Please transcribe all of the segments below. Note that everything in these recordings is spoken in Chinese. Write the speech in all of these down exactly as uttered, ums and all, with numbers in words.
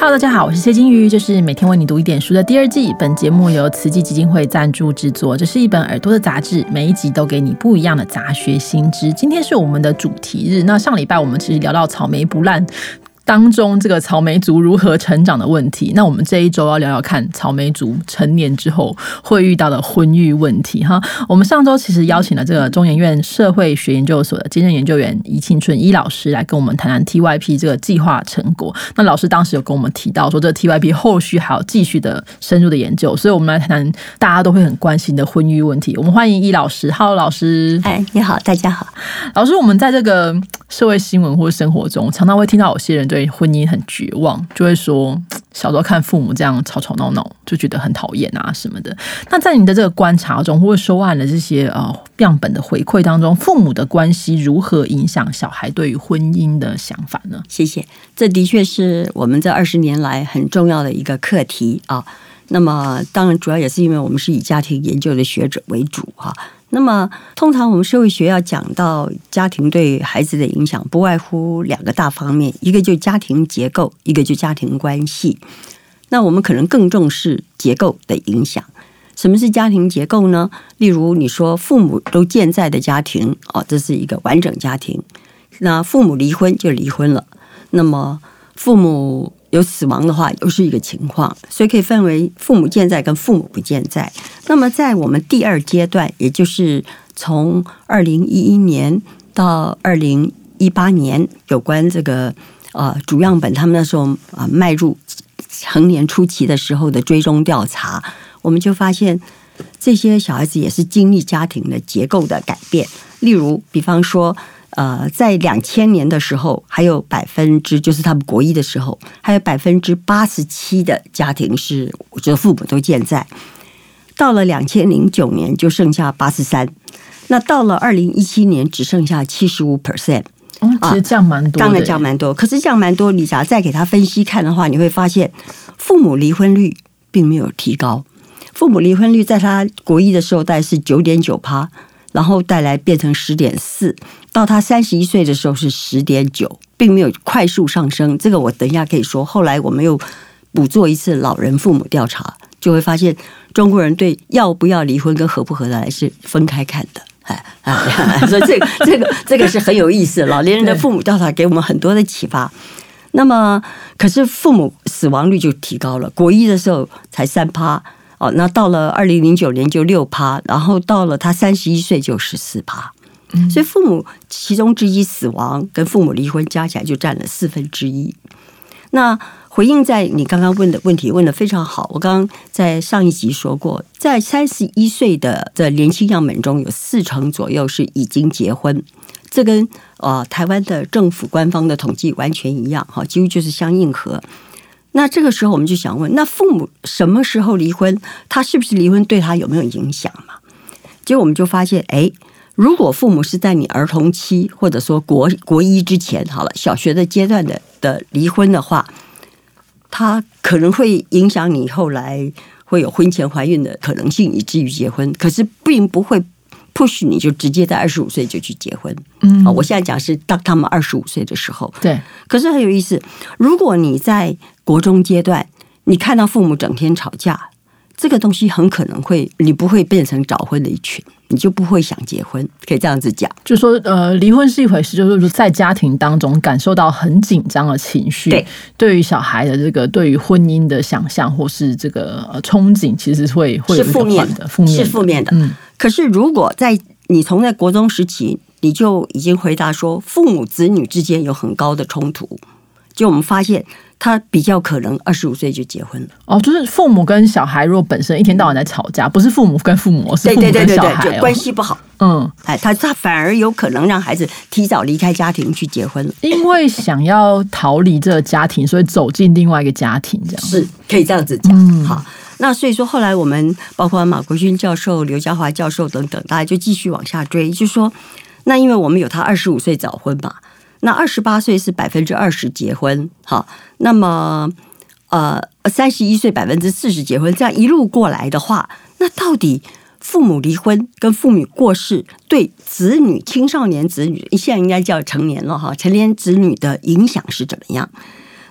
Hello， 大家好，我是谢金鱼，这是每天为你读一点书的第二季。本节目由慈济基金会赞助制作，这是一本耳朵的杂志，每一集都给你不一样的杂学新知。今天是我们的主题日，那上礼拜我们其实聊到草莓不烂当中这个草莓族如何成长的问题，那我们这一周要聊聊看草莓族成年之后会遇到的婚育问题哈。我们上周其实邀请了这个中研院社会学研究所的兼任研究员宜庆春宜老师来跟我们谈谈 T Y P 这个计划成果。那老师当时有跟我们提到说，这个 T Y P 后续还有继续的深入的研究，所以我们来谈谈大家都会很关心的婚育问题。我们欢迎宜老师。 Hello 老师。 哎，你好，大家好。 老师，我们在这个社会新闻或生活中常常会听到有些人对婚姻很绝望，就会说小时候看父母这样吵吵闹闹就觉得很讨厌啊什么的。那在你的这个观察中或者收案的这些呃样本的回馈当中，父母的关系如何影响小孩对于婚姻的想法呢？ 谢谢，这的确是我们这二十年来很重要的一个课题啊。那么当然主要也是因为我们是以家庭研究的学者为主哈。那么通常我们社会学要讲到家庭对孩子的影响，不外乎两个大方面，一个就家庭结构，一个就家庭关系。那我们可能更重视结构的影响。什么是家庭结构呢？例如你说父母都健在的家庭，哦，这是一个完整家庭。那父母离婚就离婚了，那么父母有死亡的话又是一个情况，所以可以分为父母健在跟父母不健在。那么在我们第二阶段，也就是从二零一一年到二零一八年，有关这个呃主样本他们那时候啊迈入成年初期的时候的追踪调查，我们就发现这些小孩子也是经历家庭的结构的改变。例如比方说呃，在两千年的时候，还有百分之就是他们国一的时候，还有百分之八十七的家庭是我觉得父母都健在。到了两千零九年就剩下八十三，那到了二零一七年只剩下七十五 percent。 嗯，其实降蛮多的， 当然降蛮多。可是降蛮多，你假如再给他分析看的话，你会发现父母离婚率并没有提高。父母离婚率在他国一的时候大概是九点九趴。然后带来变成十点四，到他三十一岁的时候是十点九，并没有快速上升。这个我等一下可以说。后来我们又补做一次老人父母调查，就会发现中国人对要不要离婚跟合不合得来是分开看的。哎哎，所以这个这个这个是很有意思。老年人的父母调查给我们很多的启发。那么，可是父母死亡率就提高了，国一的时候才三趴。哦，那到了二零零九年就六趴，然后到了他三十一岁就十四趴，所以父母其中之一死亡跟父母离婚加起来就占了四分之一。那回应在你刚刚问的问题问得非常好，我刚刚在上一集说过，在三十一岁的的年轻样本中有四成左右是已经结婚，这跟呃台湾的政府官方的统计完全一样，哈，几乎就是相应和。那这个时候我们就想问，那父母什么时候离婚？他是不是离婚对他有没有影响嘛？结果我们就发现，哎，如果父母是在你儿童期或者说国国一之前，好了，小学的阶段的的离婚的话，他可能会影响你后来会有婚前怀孕的可能性，以至于结婚。可是并不会 push 你就直接在二十五岁就去结婚。嗯，我现在讲是当他们二十五岁的时候。对，可是很有意思，如果你在国中阶段，你看到父母整天吵架，这个东西很可能会，你不会变成早婚的一群，你就不会想结婚，可以这样子讲。 就是说，呃，离婚是一回事，就是说在家庭当中感受到很紧张的情绪，对，对于小孩的这个对于婚姻的想象或是这个呃憧憬，其实会会有一个负面的，负面的， 是负面的。嗯，可是如果在你从在国中时期，你就已经回答说，父母子女之间有很高的冲突，就我们发现他比较可能二十五岁就结婚了。哦， 就是父母跟小孩如果本身一天到晚在吵架，不是父母跟父母，是父母跟小孩， 对对对对，关系不好。嗯，哎，他他反而有可能让孩子提早离开家庭去结婚了， 因为想要逃离这个家庭，所以走进另外一个家庭，这样是可以这样子讲。嗯，好。那所以说，后来我们包括马国勋教授、刘家华教授等等，大家就继续往下追，就说，那因为我们有他二十五岁早婚嘛，那二十八岁是百分之二十结婚，好，那么呃三十一岁百分之四十结婚，这样一路过来的话，那到底父母离婚跟父母过世对子女、青少年子女，现在应该叫成年了哈，成年子女的影响是怎么样？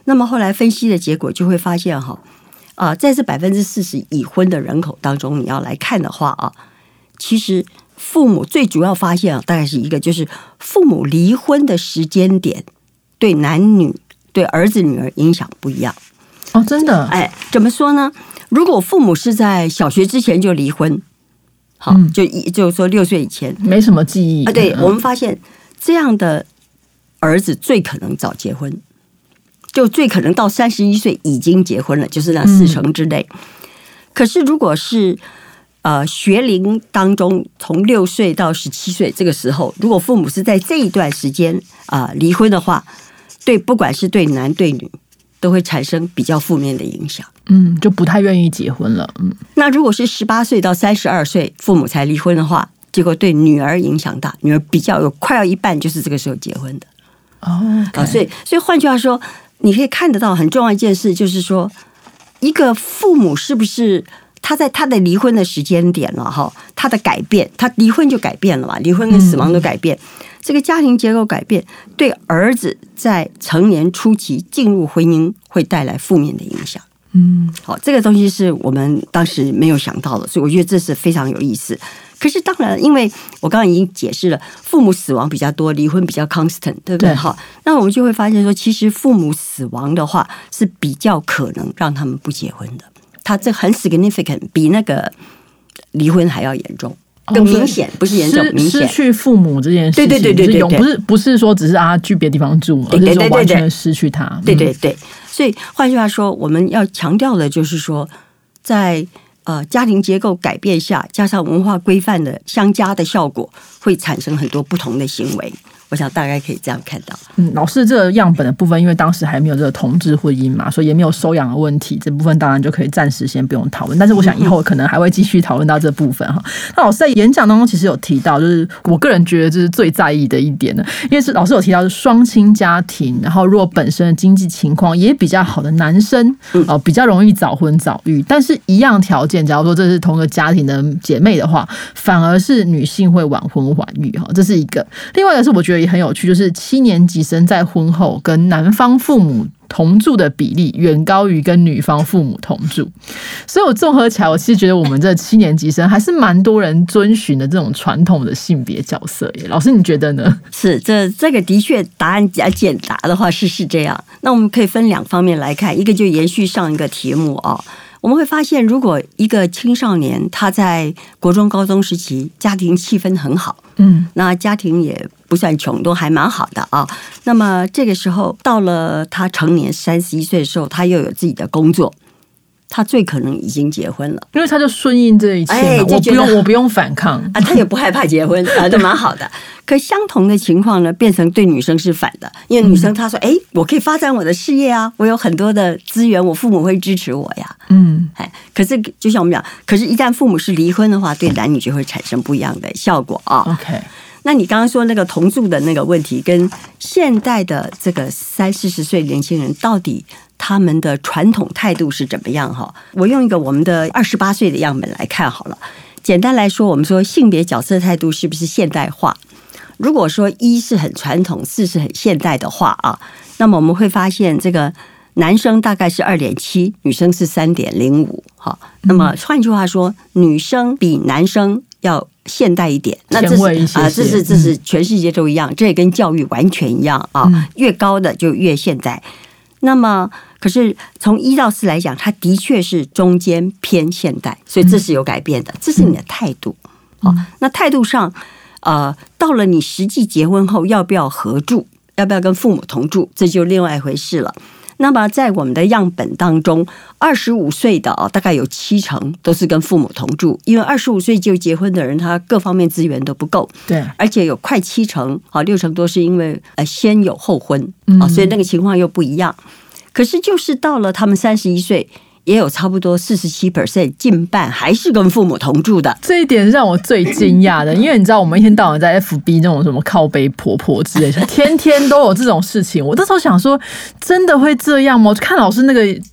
那么后来分析的结果就会发现哈，啊，在这百分之四十已婚的人口当中，你要来看的话啊，其实父母最主要发现啊，大概是一个，就是父母离婚的时间点对男女、对儿子女儿影响不一样。 哦，真的？ 哎，怎么说呢？如果父母是在小学之前就离婚，好， 嗯、 就一就是说六岁以前没什么记忆啊，对、嗯、我们发现这样的儿子最可能早结婚，就最可能到三十一岁已经结婚了，就是那四成之内。嗯、可是如果是呃学龄当中，从六岁到十七岁这个时候，如果父母是在这一段时间啊、呃、离婚的话，对，不管是对男对女，都会产生比较负面的影响。 嗯，就不太愿意结婚了。嗯， 那如果是十八岁到三十二岁父母才离婚的话，结果对女儿影响大，女儿比较有快要一半就是这个时候结婚的。 哦、okay 啊，所以所以换句话说，你可以看得到很重要一件事，就是说，一个父母是不是他在他的离婚的时间点了哈，他的改变，他离婚就改变了嘛，离婚跟死亡都改变。嗯，这个家庭结构改变对儿子在成年初期进入婚姻会带来负面的影响。 嗯， 好，这个东西是我们当时没有想到的，所以我觉得这是非常有意思。可是当然，因为我刚刚已经解释了，父母死亡比较多，离婚比较 constant， 对不对？好，那我们就会发现说，其实父母死亡的话是比较可能让他们不结婚的，他这很 significant， 比那个离婚还要严重。更明显，不是严重，明显失去父母这件事情， 对对对对对， 不是不是说只是啊去别的地方住，而是说完全失去他。 对对对，所以换句话说，我们要强调的就是说，在呃家庭结构改变下，加上文化规范的相加的效果，会产生很多不同的行为。我想大概可以这样看到。 嗯，老师，这个样本的部分，因为当时还没有这个同志婚姻嘛，所以也没有收养的问题，这部分当然就可以暂时先不用讨论。但是我想以后可能还会继续讨论到这部分哈。那老师在演讲当中其实有提到，就是我个人觉得这是最在意的一点呢，因为是老师有提到是双亲家庭，然后如果本身的经济情况也比较好的男生，呃，比较容易早婚早育。但是一样条件，假如说这是同一个家庭的姐妹的话，反而是女性会晚婚晚育哈，这是一个。另外一个是我觉得也很有趣，就是七年级生在婚后跟男方父母同住的比例远高于跟女方父母同住，所以我综合起来，我其实觉得我们这七年级生还是蛮多人遵循的这种传统的性别角色耶。老师你觉得呢？ 是，这这个的确答案比较简答的话是是这样。那我们可以分两方面来看，一个就延续上一个题目啊、哦，我们会发现，如果一个青少年他在国中、高中时期家庭气氛很好，嗯，那家庭也不算穷，都还蛮好的啊。那么这个时候到了他成年三十一岁的时候，他又有自己的工作，他最可能已经结婚了， 因为他就顺应这一切嘛、哎、我不用我不用反抗啊，他也不害怕结婚啊，都蛮好的。可相同的情况呢，变成对女生是反的，因为女生她说：“哎、嗯，我可以发展我的事业啊，我有很多的资源，我父母会支持我呀。”嗯，哎，可是就像我们讲，可是一旦父母是离婚的话，对男女就会产生不一样的效果啊。 OK。 那你刚刚说那个同住的那个问题，跟现代的这个三四十岁年轻人到底他们的传统态度是怎么样哈？我用一个我们的二十八岁的样本来看好了。简单来说，我们说性别角色态度是不是现代化？如果说一是很传统，四是很现代的话啊，那么我们会发现这个男生大概是二点七，女生是三点零五。哈，那么换句话说，女生比男生要现代一点，那这是啊，这是这是全世界都一样，这也跟教育完全一样啊，越高的就越现代。那么，可是从一到四来讲，它的确是中间偏现代，所以这是有改变的，这是你的态度。好，那态度上，呃，到了你实际结婚后，要不要合住，要不要跟父母同住，这就另外一回事了。那么在我们的样本当中，二十五岁的啊，大概有七成都是跟父母同住，因为二十五岁就结婚的人，他各方面资源都不够，对，而且有快七成啊，六成多是因为呃先有后婚啊，所以那个情况又不一样。可是就是到了他们三十一岁。也有差不多四十七 percent， 近半还是跟父母同住的。这一点让我最惊讶的，因为你知道，我们一天到晚在 F B 那种什么靠北婆婆之类的，天天都有这种事情。我那时候想说，真的会这样吗？看老师那个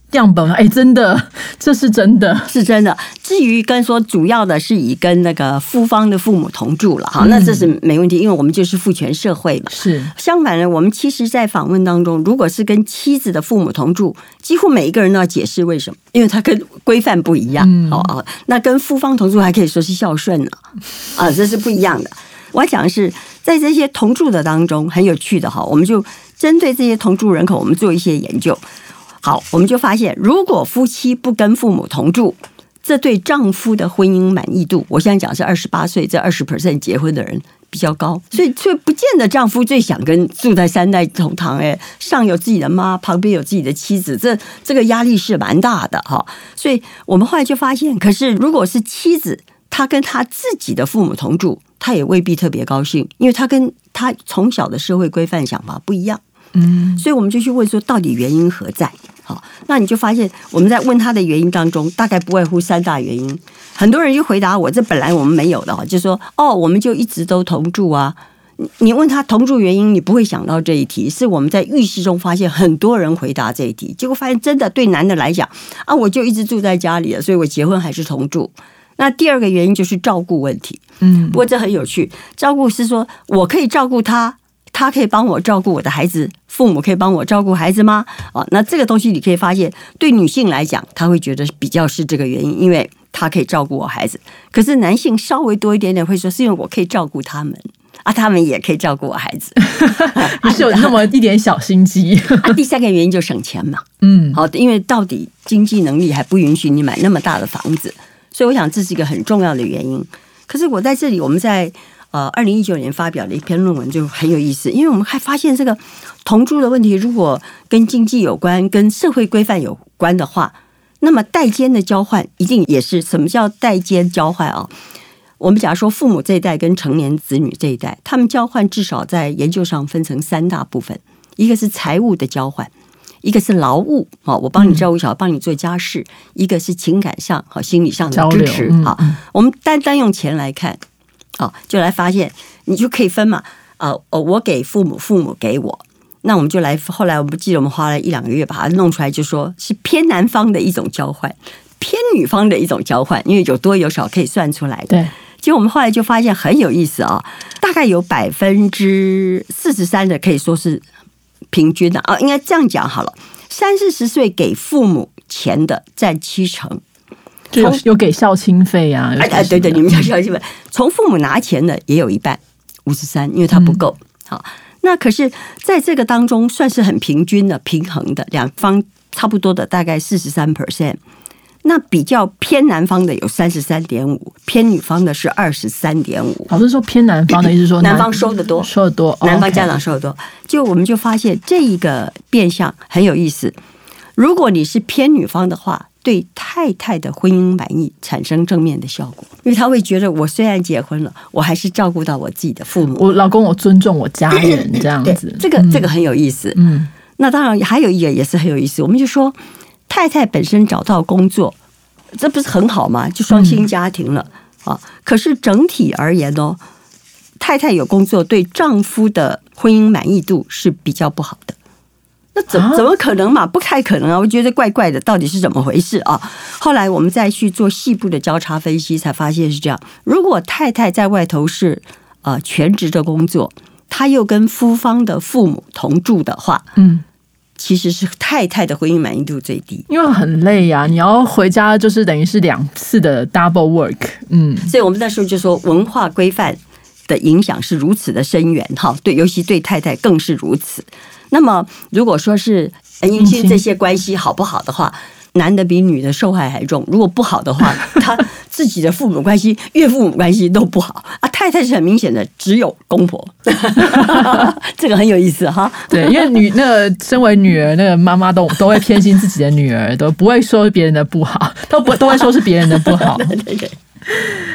样本，哎，真的，这是真的， 是真的。至于跟说主要的是以跟那个夫方的父母同住了，哈、嗯，那这是没问题，因为我们就是父权社会嘛。 是。 相反呢，我们其实在访问当中，如果是跟妻子的父母同住，几乎每一个人都要解释为什么，因为他跟规范不一样。嗯、哦，那跟夫方同住还可以说是孝顺了，啊，这是不一样的。我要讲的是，在这些同住的当中，很有趣的哈，我们就针对这些同住人口，我们做一些研究。好，我们就发现，如果夫妻不跟父母同住，这对丈夫的婚姻满意度，我现在讲是二十八岁，这二十 percent 结婚的人比较高，所以却不见得丈夫最想跟住在三代同堂，哎，上有自己的妈，旁边有自己的妻子，这这个压力是蛮大的哈。所以我们后来就发现，可是如果是妻子，她跟她自己的父母同住，她也未必特别高兴，因为她跟她从小的社会规范想法不一样。嗯，所以我们就去问说，到底原因何在？好，那你就发现我们在问他的原因当中，大概不外乎三大原因。很多人就回答我，这本来我们没有的，就说哦，我们就一直都同住啊。你问他同住原因，你不会想到这一题，是我们在浴室中发现很多人回答这一题，结果发现真的对男的来讲啊，我就一直住在家里了，所以我结婚还是同住。那第二个原因就是照顾问题，嗯，不过这很有趣，照顾是说我可以照顾他。他可以帮我照顾我的孩子，父母可以帮我照顾孩子吗？哦，那这个东西你可以发现，对女性来讲，她会觉得比较是这个原因，因为她可以照顾我孩子。可是男性稍微多一点点会说，是因为我可以照顾他们啊，他们也可以照顾我孩子， 你是有那么一点小心机啊。第三个原因就省钱嘛，嗯，好，因为到底经济能力还不允许你买那么大的房子，所以我想这是一个很重要的原因。可是我在这里，我们在。呃，二零一九年发表的一篇论文就很有意思，因为我们还发现这个同住的问题，如果跟经济有关、跟社会规范有关的话，那么代间的交换一定也是。什么叫代间交换啊？我们假如说父母这一代跟成年子女这一代，他们交换至少在研究上分成三大部分，一个是财务的交换，一个是劳务，我帮你照顾小孩，帮你做家事，一个是情感上和心理上的支持。好，我们单单用钱来看。哦，就来发现，你就可以分嘛，呃，我给父母，父母给我，那我们就来。后来我们记得我们花了一两个月把它弄出来，就说是偏男方的一种交换，偏女方的一种交换，因为有多有少可以算出来的。 对， 结果我们后来就发现很有意思啊，大概有百分之四十三的可以说是平均的啊，应该这样讲好了，三四十岁给父母钱的占七成。 就有有给孝亲费啊， 哎哎，对对，你们叫孝亲费，从父母拿钱的也有一半，五十三，因为他不够。好、嗯，那可是在这个当中算是很平均的、平衡的，两方差不多的，大概四十三 percent。那比较偏男方的有三十三点五，偏女方的是二十三点五。 老师说偏男方的意思说男方收得多， 收得多， 男方家长收得多。就我们就发现这一个变相很有意思。如果你是偏女方的话，对太太的婚姻满意产生正面的效果，因为他会觉得我虽然结婚了，我还是照顾到我自己的父母， 我老公我尊重我家人这样子， 这个、嗯、这个很有意思。嗯，那当然还有一个也是很有意思，我们就说太太本身找到工作，这不是很好吗？就双薪家庭了、嗯、啊。可是整体而言呢，太太有工作对丈夫的婚姻满意度是比较不好的。那怎怎么可能嘛？不太可能啊！我觉得怪怪的，到底是怎么回事啊？后来我们再去做细部的交叉分析，才发现是这样：如果太太在外头是呃全职的工作，她又跟夫方的父母同住的话，嗯，其实是太太的婚姻满意度最低， 因为很累呀、啊，你要回家就是等于是两次的 double work， 嗯， 所以我们那时候就说文化规范的影响是如此的深远哈，对，尤其对太太更是如此。那么如果说是姻亲这些关系好不好的话，男的比女的受害还重。如果不好的话，他自己的父母关系、岳父母关系都不好啊。太太是很明显的，只有公婆，这个很有意思哈。 对，因为女那个身为女儿，那个妈妈都都会偏心自己的女儿，都不会说别人的不好，都不都会说是别人的不好。 对对对。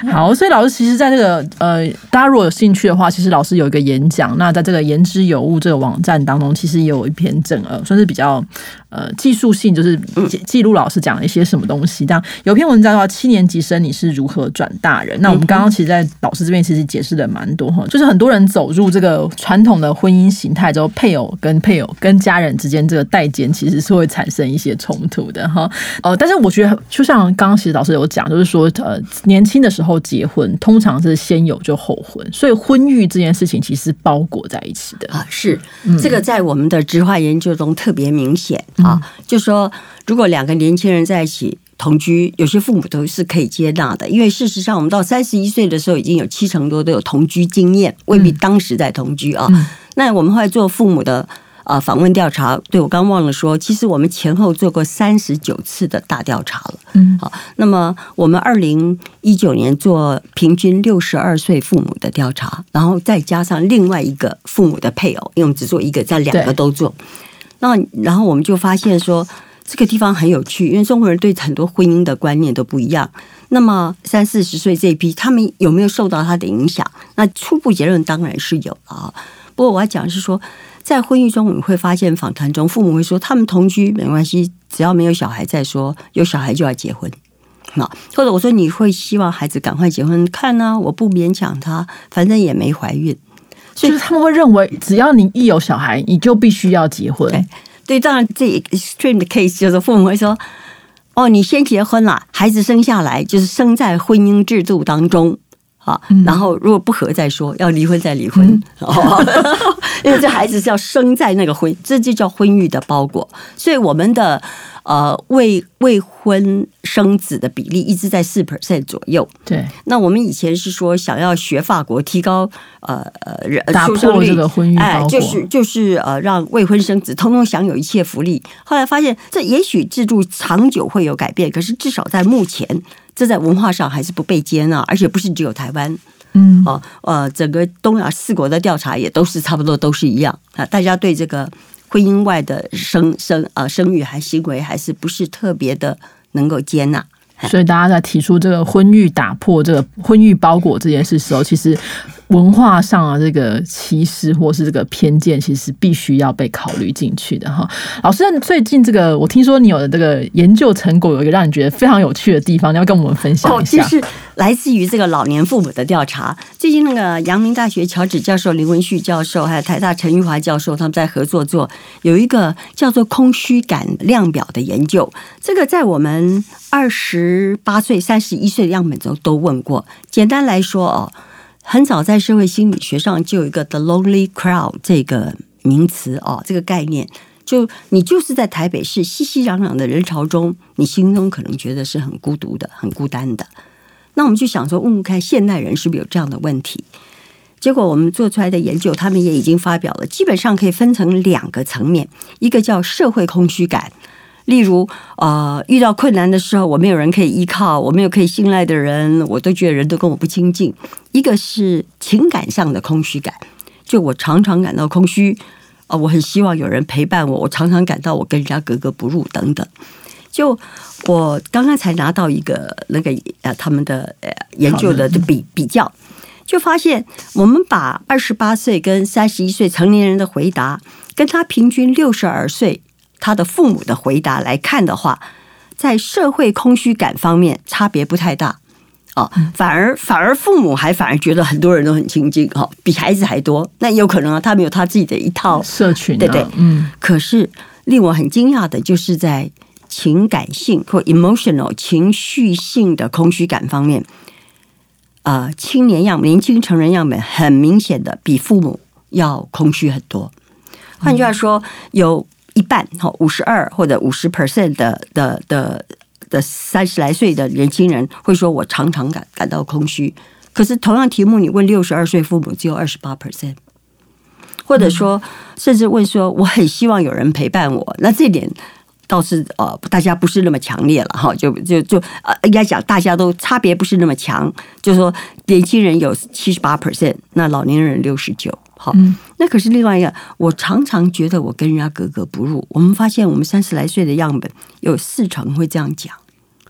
好，所以老师其实在这个呃，大家如果有兴趣的话，其实老师有一个演讲，那在这个言之有物这个网站当中，其实也有一篇整呃，算是比较呃技术性，就是记录老师讲了一些什么东西。这样有一篇文章的话，七年级生你是如何转大人？那我们刚刚其实，在老师这边其实解释的蛮多哈，就是很多人走入这个传统的婚姻形态之后，配偶跟配偶跟家人之间这个代间其实是会产生一些冲突的哈。呃，但是我觉得就像刚刚其实老师有讲，就是说呃，年轻的时候结婚通常是先有就后婚，所以婚育这件事情其实包裹在一起的啊。是，这个在我们的质化研究中特别明显啊。就说如果两个年轻人在一起同居，有些父母都是可以接纳的，因为事实上我们到三十一岁的时候，已经有七成多都有同居经验，未必当时在同居啊。嗯、那我们后来做父母的呃访问调查，对我刚忘了说，其实我们前后做过三十九次的大调查了。嗯，好，那么我们二零一九年做平均六十二岁父母的调查，然后再加上另外一个父母的配偶，因为我们只做一个，在两个都做。那然后我们就发现说，这个地方很有趣，因为中国人对很多婚姻的观念都不一样。那么三四十岁这一批，他们有没有受到他的影响？那初步结论当然是有啊。不过我要讲的是说，在婚姻中，我们会发现访谈中，父母会说他们同居没关系，只要没有小孩再说，有小孩就要结婚。那或者我说你会希望孩子赶快结婚？看啊，我不勉强他，反正也没怀孕。 所以就是他们会认为，只要你一有小孩，你就必须要结婚。 对，对，当然这 extreme 的 case 就是父母会说：“哦，你先结婚了，孩子生下来就是生在婚姻制度当中啊。然后如果不合再说，要离婚再离婚。嗯哦”因为这孩子是要生在那个婚，这就叫婚育的包裹。所以我们的呃未未婚生子的比例一直在四 percent 左右。 对， 那我们以前是说想要学法国提高呃呃打破这个婚育包裹， 哎，就是就是呃让未婚生子通通享有一切福利。后来发现这也许制度长久会有改变，可是至少在目前，这在文化上还是不被接纳，而且不是只有台湾。嗯，哦，呃，整个东亚四国的调查也都是差不多都是一样啊，大家对这个婚姻外的生生呃生育还行为还是不是特别的能够接纳， 所以大家在提出这个婚育打破这个婚育包裹这件事的时候，其实文化上的这个歧视或是这个偏见，其实必须要被考虑进去的哈。老师，最近这个我听说你有的这个研究成果有一个让你觉得非常有趣的地方，你要跟我们分享一下。 哦，就是来自于这个老年父母的调查。最近那个阳明大学乔治教授、林文旭教授还有台大陈玉华教授他们在合作做有一个叫做空虚感量表的研究。这个在我们二十八岁、三十一岁的样本中都问过。简单来说哦，很早在社会心理学上就有一个 the lonely crowd 这个名词哦，这个概念，就你就是在台北市熙熙攘攘的人潮中，你心中可能觉得是很孤独的、很孤单的。那我们就想说，问问看现代人是不是有这样的问题？结果我们做出来的研究，他们也已经发表了，基本上可以分成两个层面，一个叫社会空虚感。例如，呃，遇到困难的时候，我没有人可以依靠，我没有可以信赖的人，我都觉得人都跟我不亲近。一个是情感上的空虚感，就我常常感到空虚，呃，我很希望有人陪伴我，我常常感到我跟人家格格不入等等。就我刚刚才拿到一个那个呃他们的呃研究的比比较，就发现我们把二十八岁跟三十一岁成年人的回答，跟他平均六十二岁。他的父母的回答来看的话，在社会空虚感方面差别不太大哦，反而反而父母还反而觉得很多人都很亲近哦，比孩子还多。那有可能啊，他们有他自己的一套社群、啊， 对对，嗯。可是令我很惊讶的就是在情感性或 emotional 情绪性的空虚感方面，呃，青年样年轻成人样本很明显的比父母要空虚很多。换句话说，有一半五十二或者五十 percent 的的的的三十来岁的年轻人会说，我常常感感到空虚。可是同样题目，你问六十二岁父母，只有二十八 percent， 或者说甚至问说，我很希望有人陪伴我。那这点倒是呃，大家不是那么强烈了哈，就就就呃，应该讲大家都差别不是那么强，就是说年轻人有七十八 percent， 那老年人六十九。好，那可是另外一个，我常常觉得我跟人家格格不入。我们发现，我们三十来岁的样本有四成会这样讲，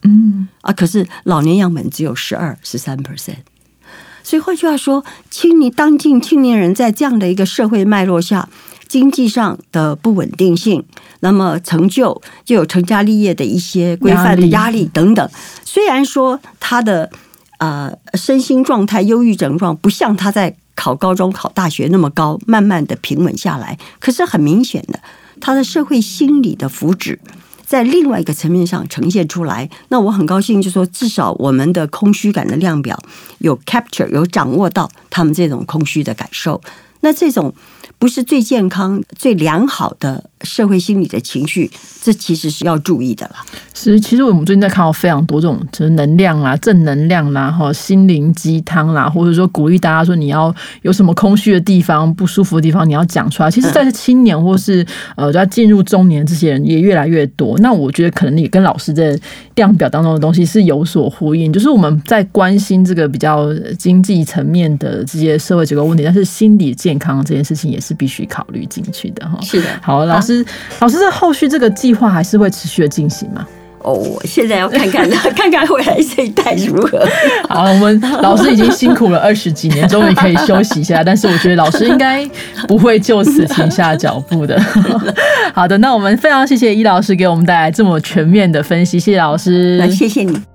嗯啊，可是老年样本只有十二、十三 percent。所以换句话说，青年当今青年人在这样的一个社会脉络下，经济上的不稳定性，那么成就就有成家立业的一些规范的压力等等。虽然说他的呃身心状态、忧郁症状不像他在考高中、考大学那么高，慢慢的平稳下来，可是很明显的，他的社会心理的福祉在另外一个层面上呈现出来。那我很高兴就说，至少我们的空虚感的量表有 capture 有掌握到他们这种空虚的感受。那这种不是最健康、最良好的社会心理的情绪，这其实是要注意的了。 是，其实我们最近在看到非常多这种就是能量啦、正能量啦、哈心灵鸡汤啦，或者说鼓励大家说你要有什么空虚的地方、不舒服的地方，你要讲出来。其实，在青年或是呃要进入中年这些人也越来越多。那我觉得可能也跟老师在量表当中的东西是有所呼应，就是我们在关心这个比较经济层面的这些社会结构问题，但是心理健康这件事情也是必须考虑进去的哈。 是的， 好，老师，老师，这后续这个计划还是会持续的进行吗？ 哦，我现在要看看看看未来这一代如何。 好，我们老师已经辛苦了二十几年，终于可以休息一下。但是我觉得老师应该不会就此停下脚步的。好的，那我们非常谢谢伊老师给我们带来这么全面的分析，谢谢老师， 谢谢你。